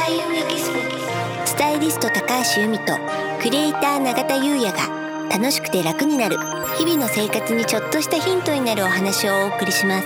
開運エキスポ、スタイリスト高橋由美とクリエイター永田優也が楽しくて楽になる日々の生活にちょっとしたヒントになるお話をお送りします。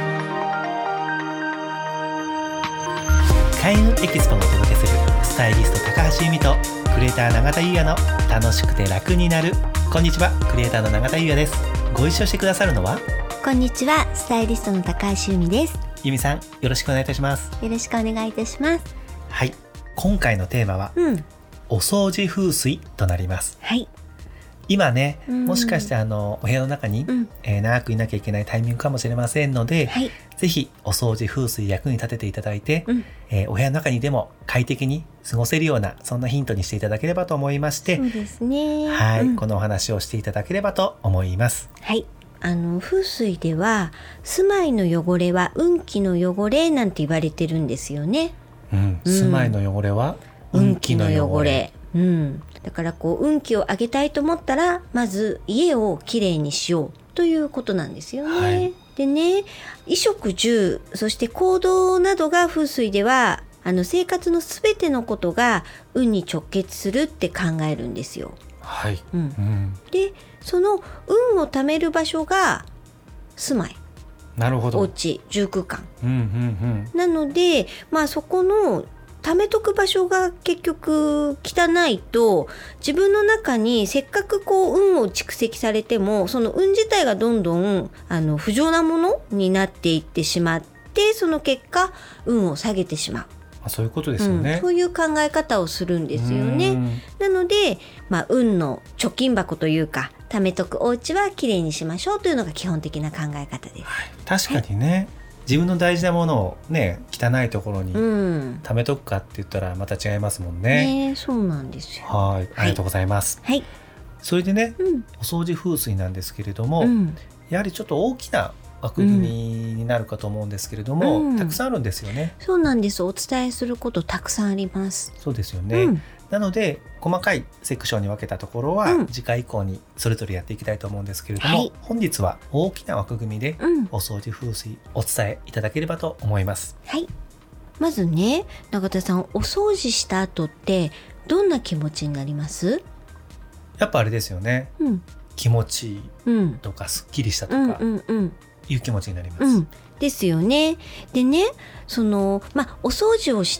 開運エキスポをお届けするスタイリスト高橋由美とクリエイター永田優也の楽しくて楽になる。こんにちは、クリエイターの永田優也です。ご一緒してくださるのは、 こんにちは、スタイリストの高橋由美です。 由美さん、よろしくお願いいたします。 よろしくお願いいたします。 はい、今回のテーマは、お掃除風水となります。 はい。 今ね、もしかしてお部屋の中に、長くいなきゃいけないタイミングかもしれませんので、 はい、 ぜひお掃除風水役に立てていただいて、お部屋の中にでも快適に過ごせるような、そんなヒントにしていただければと思いまして、 そうですね。 はい、このお話をしていただければと思います。 はい。風水では住まいの汚れは運気の汚れなんて言われてるんですよね。 住まいの汚れは運気の汚れ。 だから運気を上げたいと思ったら、まず家をきれいにしようということなんですよね。はい、でね、衣食住、そして行動などが風水では生活のすべてのことが運に直結するって考えるんですよ。 はい。 で、その運を貯める場所が住まい。 なるほど。 お家、住空間。なので、そこの貯めとく場所が結局汚いと、自分の中にせっかく運を蓄積されても、その運自体がどんどん不浄なものになっていってしまって、その結果運を下げてしまう。 そういうことですよね。 そういう考え方をするんですよね。なので、運の貯金箱というか、貯めとくお家はきれいにしましょうというのが基本的な考え方です。 はい、確かにね、自分の大事なものをね、汚いところに貯めとくかって言ったらまた違いますもんね。 そうなんですよ。 はい、ありがとうございます。 はい。 それでね、お掃除風水なんですけれども、やはりちょっと大きな枠組みになるかと思うんですけれども、たくさんあるんですよね。 そうなんです。お伝えすることたくさんあります。 そうですよね。なので細かいセクションに分けたところは、次回以降にそれぞれやっていきたいと思うんですけれども、本日は大きな枠組みでお掃除風水お伝えいただければと思います。 はい。まずね、永田さん、お掃除した後ってどんな気持ちになります？ やっぱあれですよね。気持ちいいとか、すっきりしたとかいう気持ちになります。 ですよね。でね、お掃除をして、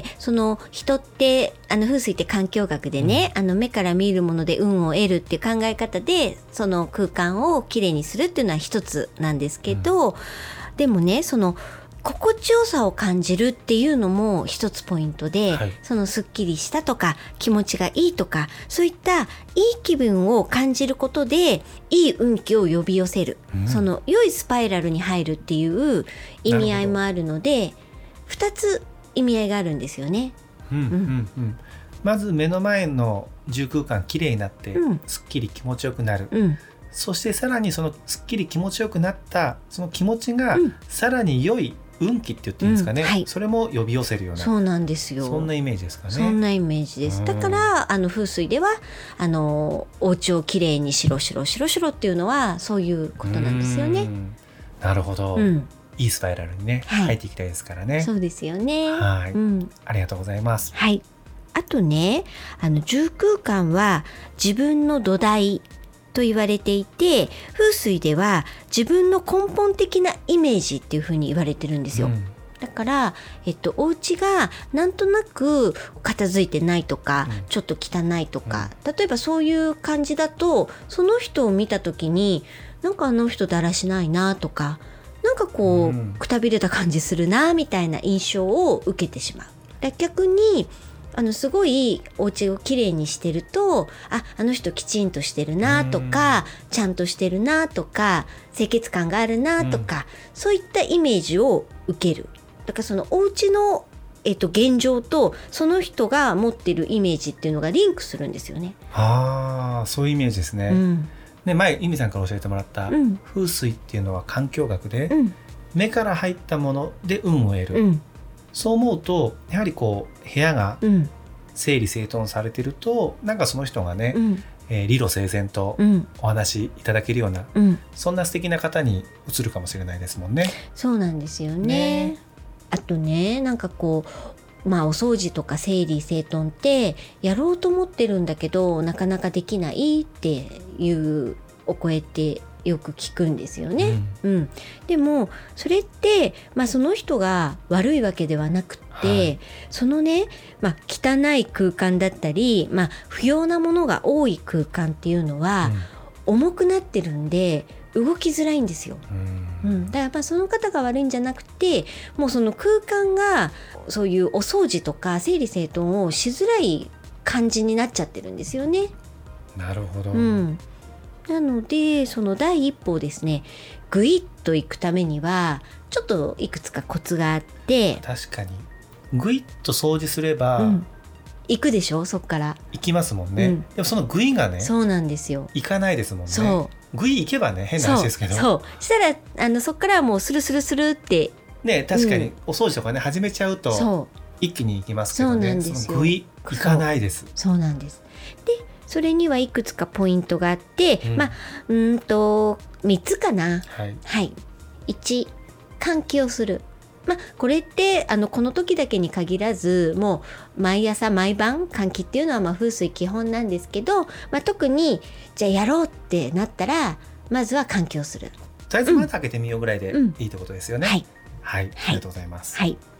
人って風水って環境学でね、目から見えるもので運を得るっていう考え方で、その空間をきれいにするっていうのは一つなんですけど、でもね、心地よさを感じるっていうのも一つポイントで、すっきりしたとか気持ちがいいとか、そういったいい気分を感じることでいい運気を呼び寄せる、良いスパイラルに入るっていう意味合いもあるので、2つ意味合いがあるんですよね。 まず目の前の住空間きれいになって、すっきり気持ちよくなる。そしてさらにそのすっきり気持ちよくなったその気持ちが、さらに良い運気って言っていいんですかね、それも呼び寄せるような、 そうなんですよ。 そんなイメージですかね。 そんなイメージです。だから風水ではお家をきれいにしろしろしろしろっていうのはそういうことなんですよね。 なるほど、いいスパイラルにね、入っていきたいですからね。 そうですよね。 はい、ありがとうございます。 はい。あとね、住空間は自分の土台と言われていて、風水では自分の根本的なイメージっていうふうに言われてるんですよ。だから、お家がなんとなく片付いてないとか、ちょっと汚いとか、例えばそういう感じだと、その人を見た時に、なんかあの人だらしないなとか、なんかくたびれた感じするなみたいな印象を受けてしまう。逆にすごいお家をきれいにしてると、あの人きちんとしてるなとか、ちゃんとしてるなとか、清潔感があるなとか、そういったイメージを受ける。だからそのお家の現状とその人が持ってるイメージっていうのがリンクするんですよね。 そういうイメージですね。前由美さんから教えてもらった、風水っていうのは環境学で、目から入ったもので運を得る。そう思うとやはり部屋が整理整頓されてると、なんかその人がね、理路整然とお話いただけるような、そんな素敵な方に移るかもしれないですもんね。 そうなんですよね。あとね、なんかお掃除とか整理整頓ってやろうと思ってるんだけどなかなかできないっていうお声ってよく聞くんですよね、でもそれって、その人が悪いわけではなくて、そのね、汚い空間だったり、不要なものが多い空間っていうのは、重くなってるんで動きづらいんですよ、だからその方が悪いんじゃなくて、もうその空間がそういうお掃除とか整理整頓をしづらい感じになっちゃってるんですよね。 なるほど、 なのでその第一歩をですねぐいっといくためにはちょっといくつかコツがあって、 確かにぐいっと掃除すれば、 行くでしょ、そっから行きますもんね、でもそのぐいがね、 そうなんですよ、 行かないですもんね。 そうぐい行けばね、変な話ですけど、 そうしたらそっからはもうスルスルスルってね、確かにお掃除とかね始めちゃうと一気に行きますけどね、そのぐい行かないです。 そうなんです。でそれにはいくつかポイントがあって、3つかな。1、換気をする。これってこの時だけに限らず、もう毎朝毎晩換気っていうのは風水基本なんですけど、特にじゃあやろうってなったらまずは換気をする。 とりあえず窓開けてみようぐらいでいいってことですよね。ありがとうございます。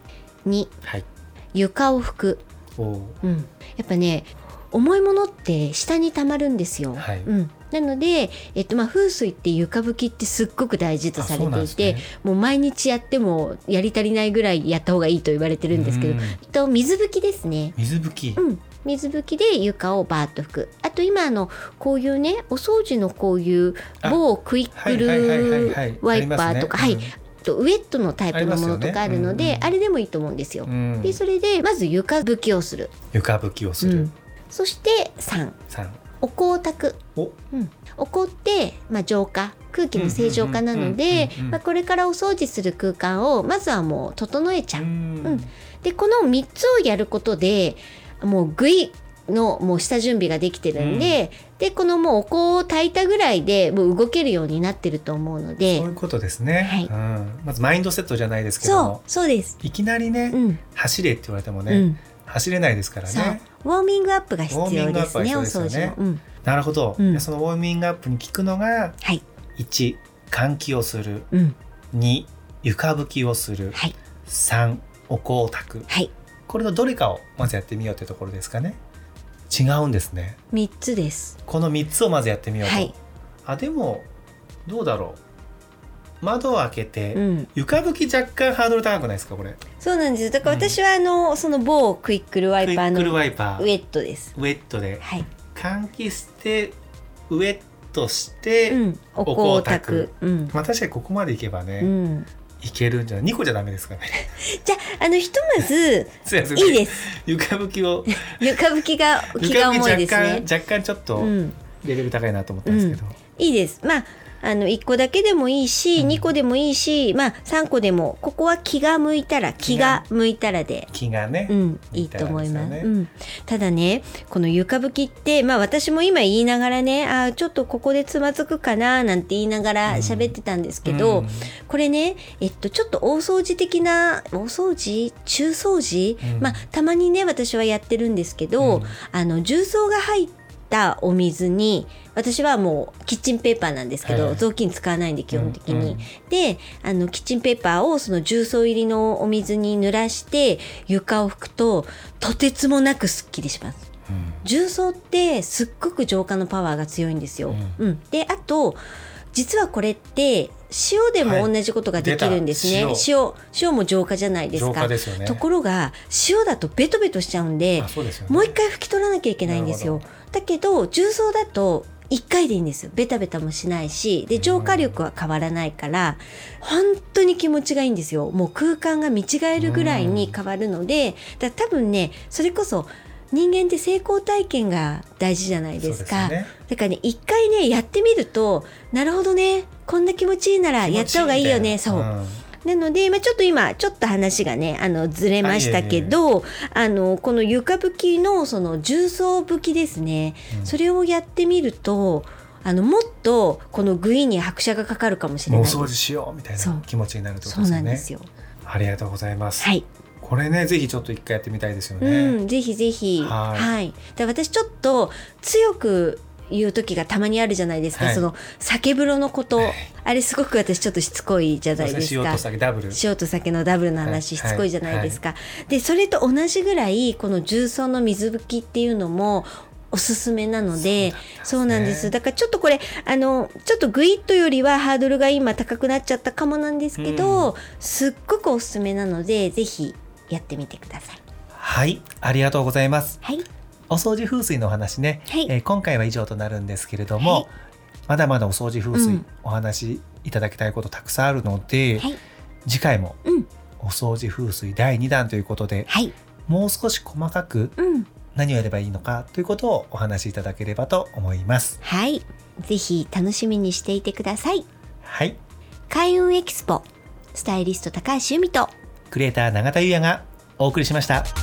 2、床を拭く。やっぱね、重いものって下に溜まるんですよ、なので、風水って床拭きってすっごく大事とされていて、もう毎日やってもやり足りないぐらいやった方がいいと言われてるんですけど、水拭きですね。 水拭き、 水拭きで床をバーッと拭く。あと今こういうね、お掃除のこういう某クイックルワイパーとか、ウェットのタイプのものとかあるので、あれでもいいと思うんですよ。でそれでまず床拭きをする。そして3、お香を焚く。お香って、浄化、空気の正浄化なので、これからお掃除する空間をまずはもう整えちゃう。でこの3つをやることでもうぐいのもう下準備ができてるんで、でこのもうお香を焚いたぐらいでもう動けるようになってると思うので、 そういうことですね、まずマインドセットじゃないですけども、 そうです。 いきなりね、走れって言われてもね、走れないですからね。 ウォーミングアップが必要ですね、お掃除も。 なるほど、そのウォーミングアップに効くのが、1、換気をする、2、床拭きをする、3、お香を焚く、これのどれかをまずやってみようというところですかね。違うんですね。 3つです。 この3つをまずやってみようと、でもどうだろう、窓を開けて、床拭き若干ハードル高くないですか、これ。 そうなんです。だから私はその某クイックルワイパーのウェットです。 ウェットで、換気してウェットして、お香を焚く。確かにここまでいけばね、いけるんじゃない。2個じゃダメですかね。 じゃあひとまずいいです。 床拭きを床拭きが気が重いですね。 若干ちょっとレベル高いなと思ったんですけど、 いいです。1個だけでもいいし、2個でもいいし、3個でも、ここは気が向いたらで気がね、 いいと思います。ただね、この床拭きって、私も今言いながらね、ちょっとここでつまずくかななんて言いながら喋ってたんですけど、これね、ちょっと大掃除的な、大掃除中掃除、たまにね私はやってるんですけど、重曹が入ったお水に、私はもうキッチンペーパーなんですけど、雑巾使わないんで基本的に、でキッチンペーパーをその重曹入りのお水に濡らして床を拭くととてつもなくすっきりします。重曹ってすっごく浄化のパワーが強いんですよ。であと実はこれって塩でも同じことができるんですね。塩も浄化じゃないですか。ところが塩だとベトベトしちゃうんで、もう一回拭き取らなきゃいけないんですよ。だけど重曹だと1回でいいんですよ。ベタベタもしないし、で浄化力は変わらないから本当に気持ちがいいんですよ。もう空間が見違えるぐらいに変わるので、だから多分ね、それこそ人間って成功体験が大事じゃないですか。だからね、一回ねやってみると、なるほどね、こんな気持ちいいならやった方がいいよね。そうなので、ちょっと話がねずれましたけど、この床拭きのその重曹拭きですね、それをやってみるともっとこのグイに拍車がかかるかもしれないです。 もう掃除しようみたいな気持ちになるってことですよね。 そうなんですよ。 ありがとうございます。 これねぜひちょっと一回やってみたいですよね。 ぜひぜひ。はい。で私ちょっと強く言う時がたまにあるじゃないですか、その酒風呂のこと、あれすごく私ちょっとしつこいじゃないですか。 塩と酒ダブル、 塩と酒のダブルの話、しつこいじゃないですか。でそれと同じぐらいこの重曹の水拭きっていうのもおすすめなので、そうなんです。だからちょっとこれちょっとグイッとよりはハードルが今高くなっちゃったかもなんですけど、すっごくおすすめなのでぜひやってみてください。 はい、ありがとうございます。 はい。 お掃除風水のお話ね、今回は以上となるんですけれども、まだまだお掃除風水、お話いただきたいことたくさんあるので、次回もお掃除風水第2弾ということで、もう少し細かく何をやればいいのかということをお話しいただければと思います。 はい、ぜひ楽しみにしていてください。 はい。 開運エキスポスタイリスト高橋由美とクリエイター永田優也がお送りしました。